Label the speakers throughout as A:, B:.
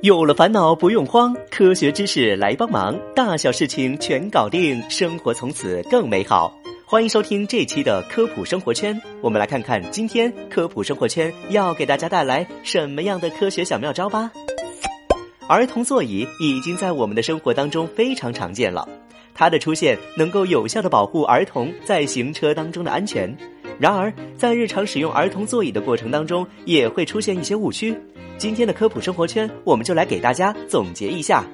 A: 有了烦恼不用慌，科学知识来帮忙，大小事情全搞定，生活从此更美好。欢迎收听这期的科普生活圈，我们来看看今天科普生活圈要给大家带来什么样的科学小妙招吧。儿童座椅已经在我们的生活当中非常常见了，它的出现能够有效地保护儿童在行车当中的安全。然而在日常使用儿童座椅的过程当中，也会出现一些误区。今天的科普生活圈，我们就来给大家总结一下。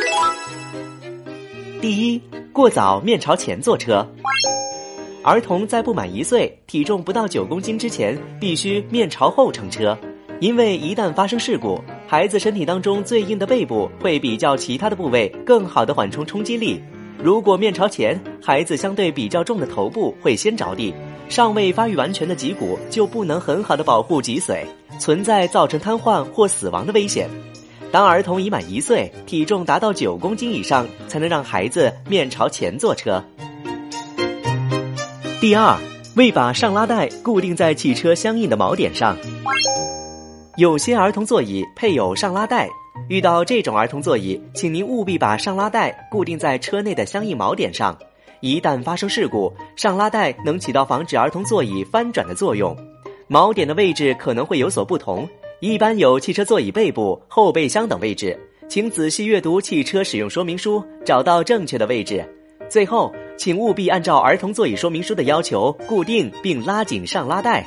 A: 第一，过早面朝前坐车。儿童在不满1岁、体重不到9公斤之前，必须面朝后乘车，因为一旦发生事故，孩子身体当中最硬的背部会比较其他的部位更好地缓冲冲击力。如果面朝前，孩子相对比较重的头部会先着地，尚未发育完全的脊骨就不能很好地保护脊髓，存在造成瘫痪或死亡的危险。当儿童已满1岁，体重达到9公斤以上，才能让孩子面朝前坐车。第二，未把上拉带固定在汽车相应的锚点上。有些儿童座椅配有上拉带，遇到这种儿童座椅，请您务必把上拉带固定在车内的相应锚点上。一旦发生事故，上拉带能起到防止儿童座椅翻转的作用。锚点的位置可能会有所不同，一般有汽车座椅背部、后备箱等位置，请仔细阅读汽车使用说明书，找到正确的位置。最后，请务必按照儿童座椅说明书的要求固定并拉紧上拉带。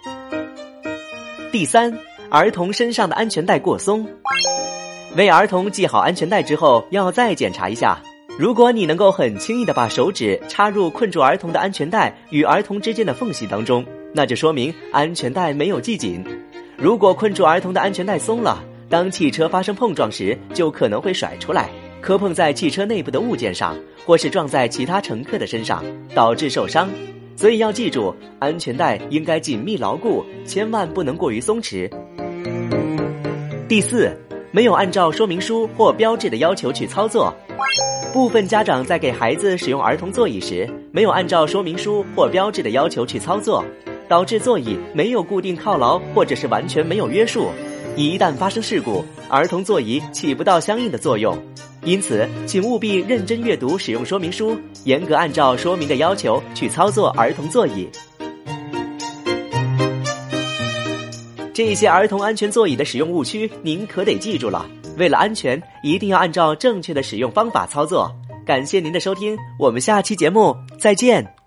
A: 第三，儿童身上的安全带过松。为儿童系好安全带之后，要再检查一下。如果你能够很轻易地把手指插入困住儿童的安全带与儿童之间的缝隙当中，那就说明安全带没有系紧。如果困住儿童的安全带松了，当汽车发生碰撞时，就可能会甩出来，磕碰在汽车内部的物件上，或是撞在其他乘客的身上，导致受伤。所以要记住，安全带应该紧密牢固，千万不能过于松弛。第四，没有按照说明书或标志的要求去操作。部分家长在给孩子使用儿童座椅时，没有按照说明书或标志的要求去操作，导致座椅没有固定靠牢，或者是完全没有约束。一旦发生事故，儿童座椅起不到相应的作用。因此，请务必认真阅读使用说明书，严格按照说明的要求去操作儿童座椅。这些儿童安全座椅的使用误区，您可得记住了。为了安全，一定要按照正确的使用方法操作。感谢您的收听，我们下期节目再见。